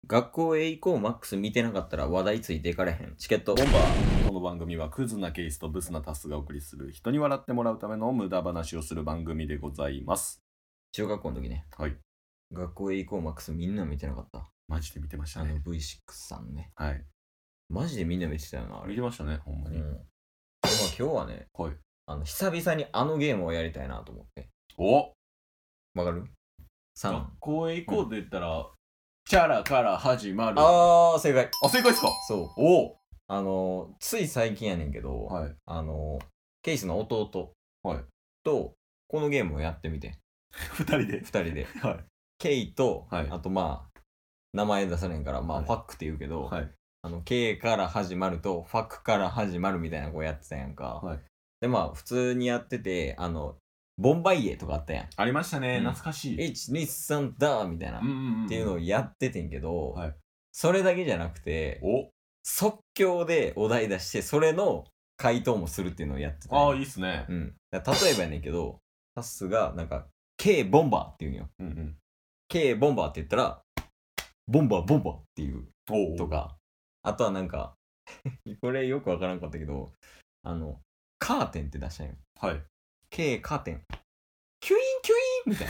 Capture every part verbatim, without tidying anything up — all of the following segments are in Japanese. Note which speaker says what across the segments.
Speaker 1: 学校へ行こうマックス見てなかったら話題ついていかれへん。チケット
Speaker 2: ボンバー。この番組はクズなケイスとブスなタスがお送りする人に笑ってもらうための無駄話をする番組でございます。
Speaker 1: 中学校の時ね。
Speaker 2: はい。
Speaker 1: 学校へ行こうマックスみんな見てなかった。
Speaker 2: マジで見てました
Speaker 1: あの
Speaker 2: ね。
Speaker 1: ブイシックス さんね。
Speaker 2: はい。
Speaker 1: マジでみんな見てたよな、あれ。
Speaker 2: 見てましたね、ほんまに。
Speaker 1: うん。でも今日はね、
Speaker 2: はい。
Speaker 1: あの久々にあのゲームをやりたいなと思って。
Speaker 2: お
Speaker 1: わかる ?さん。
Speaker 2: 学校へ行こうと言ったら、チャラから始まる。
Speaker 1: あー、正解。
Speaker 2: あ、正解ですか？
Speaker 1: そう。
Speaker 2: お
Speaker 1: あの、つい最近やねんけど、
Speaker 2: はい。
Speaker 1: あの、ケイスの弟
Speaker 2: はい。
Speaker 1: とこのゲームをやってみて。
Speaker 2: 二人で。
Speaker 1: 二人で。
Speaker 2: はい。
Speaker 1: ケイと、
Speaker 2: はい
Speaker 1: あとまあ、名前出されんから、まあ、
Speaker 2: はい
Speaker 1: ファックって言うけど、
Speaker 2: はい。
Speaker 1: あの、K から始まると、ファックから始まるみたいなこうやってたやんか。
Speaker 2: はい。
Speaker 1: で、まあ、普通にやってて、あの、ボンバイエとかあったやん。
Speaker 2: ありましたね、
Speaker 1: うん
Speaker 2: 懐かしい。
Speaker 1: いち、に、さんだみたいな、
Speaker 2: うんうんうん。
Speaker 1: っていうのをやっててんけど、
Speaker 2: はい。
Speaker 1: それだけじゃなくて、
Speaker 2: お
Speaker 1: 即興でお題出して、それの回答もするっていうのをやってたんや。
Speaker 2: ああ、いいっすね。
Speaker 1: うん。だから例えばやねんけど、タスが、なんか、K ボンバーって言うんよ。
Speaker 2: うんうん。
Speaker 1: K ボンバーって言ったら、ボンバーボンバーっていう
Speaker 2: お
Speaker 1: とか、あとはなんか、これよくわからんかったけど、あの、カーテンって出したんよ。
Speaker 2: はい。
Speaker 1: K カーテン。キュインキュインみたいな。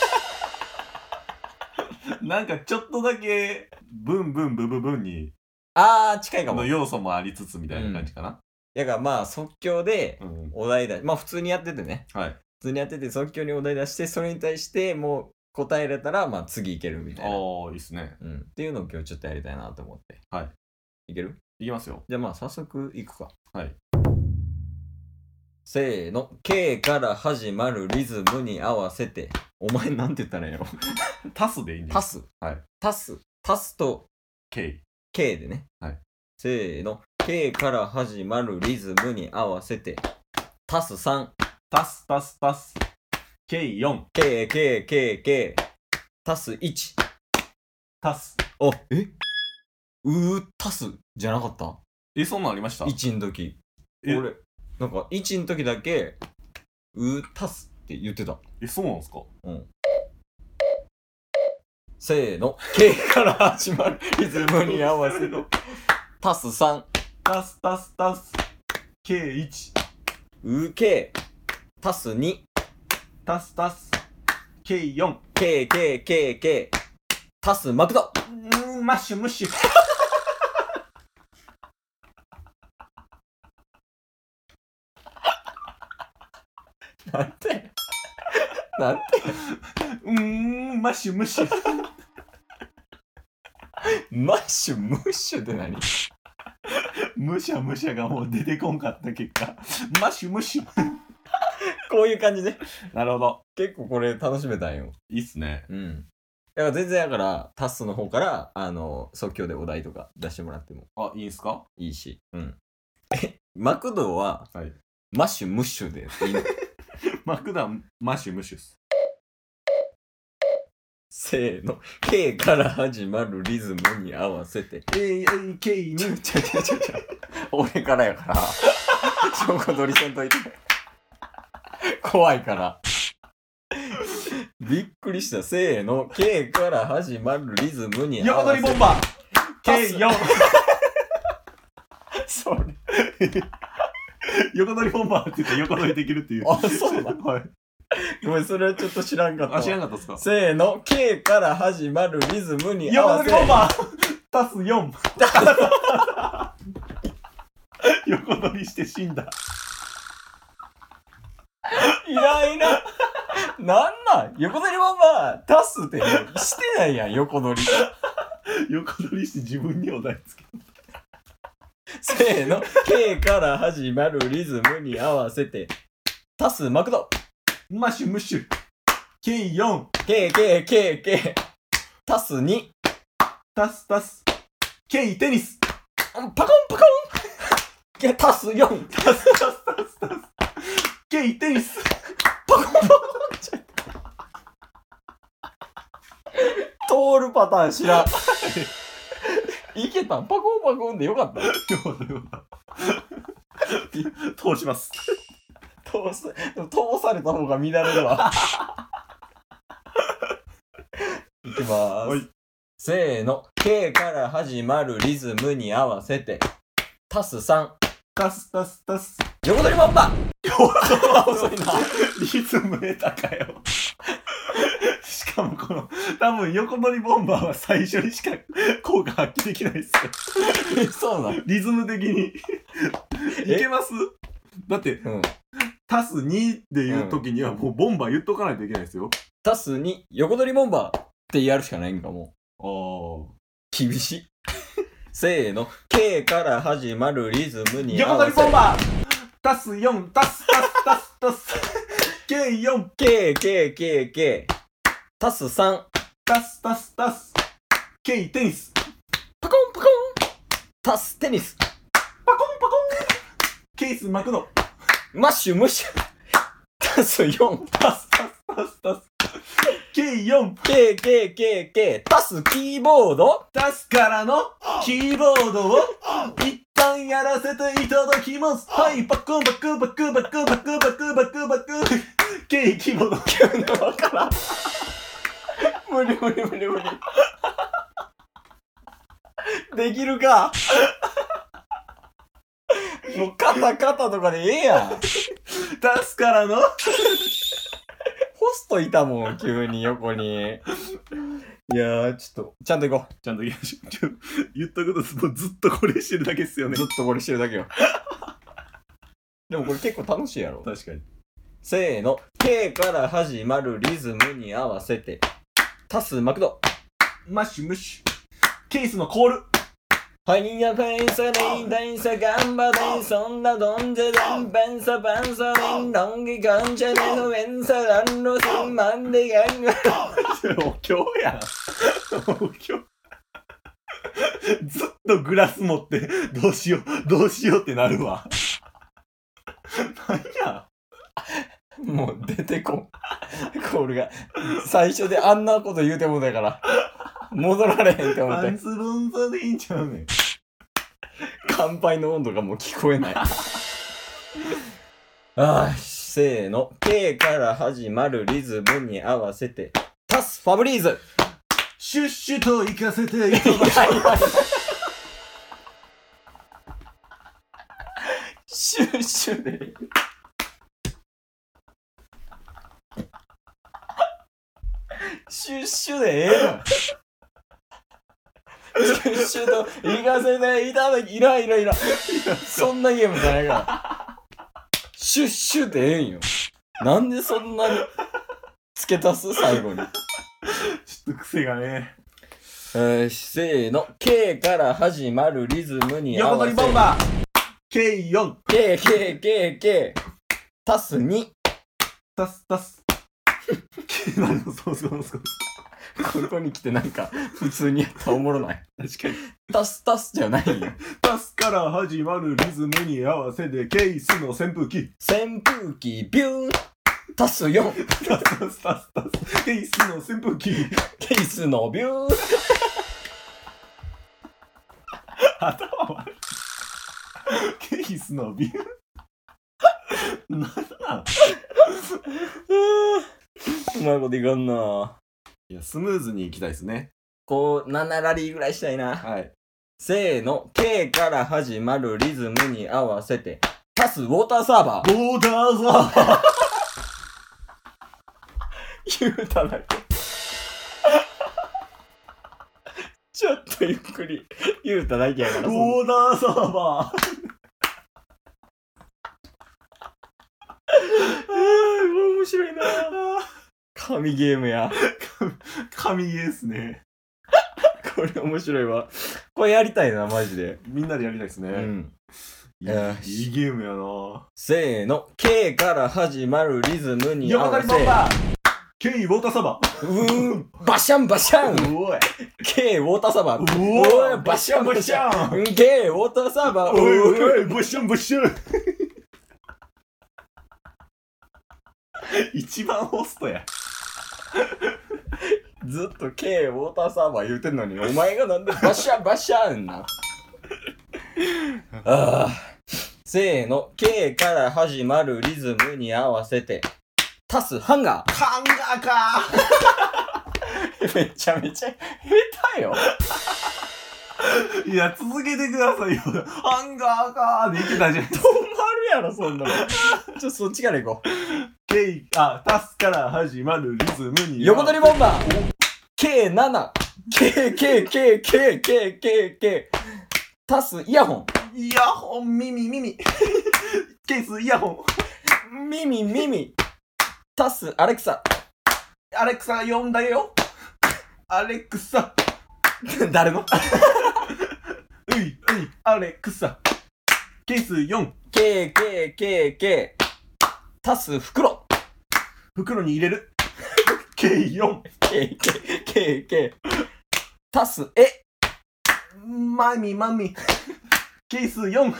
Speaker 2: なんかちょっとだけ、ブンブンブブブンに、
Speaker 1: あー、近いかも。
Speaker 2: の要素もありつつみたいな感じかな。
Speaker 1: だからまあ、即興で
Speaker 2: うん。
Speaker 1: お題出し、まあ普通にやっててね。
Speaker 2: はい。
Speaker 1: 普通にやってて即興にお題出して、それに対してもう答えれたら、まあ次いけるみたいな。
Speaker 2: ああ、いいっすね。
Speaker 1: うん。っていうのを今日ちょっとやりたいなと思って。
Speaker 2: はい。
Speaker 1: いける？
Speaker 2: いきますよ。
Speaker 1: じゃあまあ早速いくか。
Speaker 2: はい。
Speaker 1: せーの。K から始まるリズムに合わせて。お前なんて言ったらいいんやろ。
Speaker 2: タスでいいんです。
Speaker 1: タス。
Speaker 2: はい。
Speaker 1: タス。タスと
Speaker 2: K。
Speaker 1: K でね。
Speaker 2: はい。
Speaker 1: せーの。K から始まるリズムに合わせて。タスさん。
Speaker 2: タスタスタス。ケーよん。
Speaker 1: K、K、K、K。タスいち。
Speaker 2: タス。
Speaker 1: あ、えうー、タスじゃなかった？
Speaker 2: え、そんなんありました？
Speaker 1: いち の時。
Speaker 2: え
Speaker 1: 俺、なんかいちの時だけ、うー、タスって言ってた。
Speaker 2: え、そうなんすか？
Speaker 1: うん。せーの。K から始まるリズムに合わせて。タスさん。
Speaker 2: タスタスタス。ケーいち。
Speaker 1: うけ。タスに。
Speaker 2: タスタス。ケーよん。
Speaker 1: K、K、K、K。タスマクド。
Speaker 2: うーん、マッシュムッシュ。
Speaker 1: なんてなんて
Speaker 2: うーん、マッシュムッシュ。
Speaker 1: マッシュムッシュって何？
Speaker 2: むしゃむしゃがもう出てこんかった結果、マッシュムッシュ。
Speaker 1: こういう感じね。
Speaker 2: なるほど。
Speaker 1: 結構これ楽しめたんよ。
Speaker 2: いいっすね。
Speaker 1: うん。だから全然だからタスの方からあの即興でお題とか出してもらっても
Speaker 2: あ、いいんすか？
Speaker 1: いいし。うん。え、マクドは
Speaker 2: はい。
Speaker 1: マッシュムッシュでいいの？
Speaker 2: マクダマッシュムッシュっす。
Speaker 1: せーの。K から始まるリズムに合わせて。
Speaker 2: えー、えー、ケーに。
Speaker 1: ちょちょちょちょちょ。俺からやから。横取りせんといて。怖いから。びっくりした。せーの。K から始まるリズムに合
Speaker 2: 横
Speaker 1: わせて。
Speaker 2: 取りボンバー ケーよん。
Speaker 1: それ。
Speaker 2: 横取りボンバーって言って横取りできるっていう。
Speaker 1: あ、そうなの？
Speaker 2: はい。
Speaker 1: ごめん、それはちょっと知らんかったわ。
Speaker 2: あ、知らんかったっすか？
Speaker 1: せーの。K から始まるリズムに合わせて。
Speaker 2: 横取りボンバータスよん。横取りして死んだ。
Speaker 1: いらんいらん。なんなん横取りボンバータスってしてないやん、横取り。
Speaker 2: 横取りして自分にお題つける。
Speaker 1: せーの。K から始まるリズムに合わせて。タスマクド。
Speaker 2: マッシュムッシュ。ケーよん。
Speaker 1: K、K、K、K。タスに。
Speaker 2: タスタス。ケーテニス。
Speaker 1: パコンパコン。いや、タスよん。
Speaker 2: タスタスタスタス。ケーテニス。
Speaker 1: パコンパコン。通るパターン知らん。いけたん？パコンパコンでよかった。
Speaker 2: よかったよかった。通します。
Speaker 1: 通す、でも通された方が乱れるわ。いきまーす。
Speaker 2: はい。
Speaker 1: せーの K から始まるリズムに合わせて足すさん
Speaker 2: タスタスタス。
Speaker 1: 横取りボンバー遅いな
Speaker 2: リズム下手かよ。しかもこの、多分横乗りボンバーは最初にしか効果発揮できないっすよ。
Speaker 1: えそうなの
Speaker 2: リズム的に。いけます？だって、
Speaker 1: うん
Speaker 2: 足すにっていう時にはもうボンバー言っとかないといけないですよ。
Speaker 1: 足すに横取りボンバーってやるしかないんかも
Speaker 2: ああ。
Speaker 1: う厳しいせーの K から始まるリズムに合
Speaker 2: 横
Speaker 1: わせて
Speaker 2: 取りボンバー足すよん足す足す足す足す ケーよん
Speaker 1: K K K K 足すさん
Speaker 2: 足す足す足す K テニス
Speaker 1: パコンパコン足すテニス
Speaker 2: パコンパコンケース巻くの
Speaker 1: マッシュムッシュ足すよん
Speaker 2: 足す足す足す ケーよん
Speaker 1: K K K K 足すキーボード
Speaker 2: 足すからのキーボードを一旦やらせていただきます。はいパクパクパクパクパクパクパクパク K キーボード
Speaker 1: 急にわからん無理無理無理無理できるかもう肩肩とかでええやん
Speaker 2: 足すからの
Speaker 1: ホストいたもん急に横にいやーちょっとちゃんと行こ
Speaker 2: ちゃんと言いましょう。ちょ言っとくともうずっとこれしてるだけっすよね。
Speaker 1: うずっとこれしてるだけよでもこれ結構楽しいやろ
Speaker 2: 確かに。
Speaker 1: せーの K から始まるリズムに合わせて足すマクド
Speaker 2: マッシュムッシュケースのコール
Speaker 1: ファイヤーフェイサリンダイサガンバデイそんなドンジェデンベンサバンサリンロンギガンジェネのベンサランロスンマンデガンガ
Speaker 2: お経やん。お経。ずっとグラス持ってどうしようどうしようってなるわ。なんや。
Speaker 1: もう出てこんこれが最初であんなこと言うてもんだから戻られへんって思って
Speaker 2: パンツボンサでいいんちゃうねん。
Speaker 1: 乾杯の温度がもう聞こえないあーせーの K から始まるリズムに合わせて足すファブリーズ
Speaker 2: シュッシュと行かせていただき
Speaker 1: シュッシュでシュッシュでええのシュッシュと行かせていただきいらいらいらそんなゲームじゃないからシュッシュでええんよなんでそんなに付け足す最後に
Speaker 2: ちょっと癖がね。
Speaker 1: えー、せーの K から始まるリズムに合
Speaker 2: 横
Speaker 1: わせ
Speaker 2: 取りボンバー ケーよん
Speaker 1: K K K K 足すに
Speaker 2: 足す足す何のそうそうそう
Speaker 1: ここに来てなんか普通にやったらおもろない
Speaker 2: 確かに
Speaker 1: 足す足すじゃないよ
Speaker 2: 足すから始まるリズムに合わせてケースの扇風機
Speaker 1: 扇風機ビューン足すよん
Speaker 2: 足す足す足す足すケースの扇風機
Speaker 1: ケースのビューン
Speaker 2: 頭悪いケースのビューなんなん
Speaker 1: うまいこといかんない
Speaker 2: やスムーズにいきたいですね。
Speaker 1: こうななラリーぐらいしたいな
Speaker 2: はい
Speaker 1: せーの K から始まるリズムに合わせて足すウォーターサーバー
Speaker 2: ボーダーザー
Speaker 1: 言うただけちょっとゆっくり言うただけやから
Speaker 2: ボーダーサーバー
Speaker 1: 面白いな神ゲームや
Speaker 2: 神ゲーっすね。
Speaker 1: これ面白いわこれやりたいなマジで
Speaker 2: みんなでやりたいですね。
Speaker 1: うん
Speaker 2: いい
Speaker 1: よし
Speaker 2: いいゲームやな。
Speaker 1: せーの K から始まるリズムに合
Speaker 2: 横
Speaker 1: わせ
Speaker 2: 取りボンバー K ウォーターサーバー
Speaker 1: うーんバシャンバシャン
Speaker 2: おい
Speaker 1: K ウォーターサーバー
Speaker 2: お
Speaker 1: お
Speaker 2: い
Speaker 1: いバシャンバシャ
Speaker 2: バシャ
Speaker 1: ン K ウォーターサーバー
Speaker 2: おいお
Speaker 1: おい
Speaker 2: いおいボシャンボシャン一番ホストや。
Speaker 1: ずっと K ウォーターサーバー言うてんのにお前がなんでバシャンバシャンなあーせーの K から始まるリズムに合わせて足すハンガー
Speaker 2: ハンガーか
Speaker 1: めちゃめちゃ下手よ。
Speaker 2: いや、続けてくださいよ。ハンガーかーで言ってたじゃん。
Speaker 1: 止まるやろ、そんなの。ちょっとそっちから行こう。
Speaker 2: ケイ、あ、タスから始まるリズムに。
Speaker 1: 横取りボンバー ケーセブン、K、K、K、K、K、K、K、タス、イヤホ
Speaker 2: イヤホン、耳、耳。ケース、イヤホ
Speaker 1: ン。耳、耳。タス、アレクサ。
Speaker 2: ン。アレクサ呼んだよ。アレクサ。
Speaker 1: 誰の
Speaker 2: うい、うい、アレクサ。ケースよん。
Speaker 1: K、K、K、K。タス、袋。
Speaker 2: 袋に入れる。ケーよん。
Speaker 1: K、K、K、K。タス、え。
Speaker 2: マミ、マミ。ケースよん。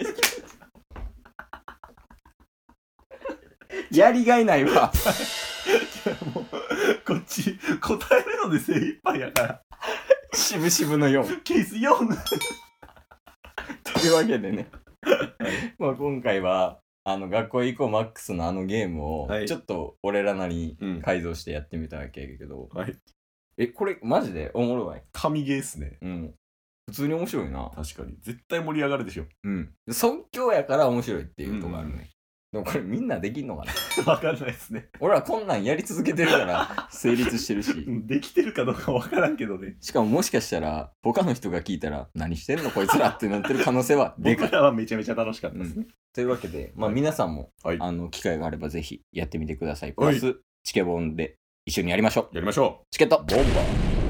Speaker 1: やりがいないわ。
Speaker 2: もう、こっち、答えるので精一杯やから。
Speaker 1: しぶしぶのよん。
Speaker 2: ケースよん。
Speaker 1: というわけでね。まあ今回は、あの、学校行こうマックスのあのゲームを、
Speaker 2: はい
Speaker 1: ちょっと俺らなり
Speaker 2: うん
Speaker 1: に改造してやってみたわけやけど、
Speaker 2: はい。
Speaker 1: え、これマジでおもろい。
Speaker 2: 神ゲーっすね。
Speaker 1: うん。普通に面白いな。
Speaker 2: 確かに。絶対盛り上がるでしょ。
Speaker 1: うん。即興やから面白いっていうとこあるね。でもこれみんなできんのかな。
Speaker 2: わかんないですね。
Speaker 1: 俺はこんなんやり続けてるから成立してるし。
Speaker 2: できてるかどうかわからんけどね。
Speaker 1: しかももしかしたら他の人が聞いたら何してんのこいつらってなってる可能性はでかい。
Speaker 2: 僕らはめちゃめちゃ楽しかったですね。
Speaker 1: というわけで、まあ皆さんも、
Speaker 2: はい
Speaker 1: あの機会があればぜひやってみてください。プラスチケボンで一緒にやりましょう。
Speaker 2: やりましょう。
Speaker 1: チケットボンバー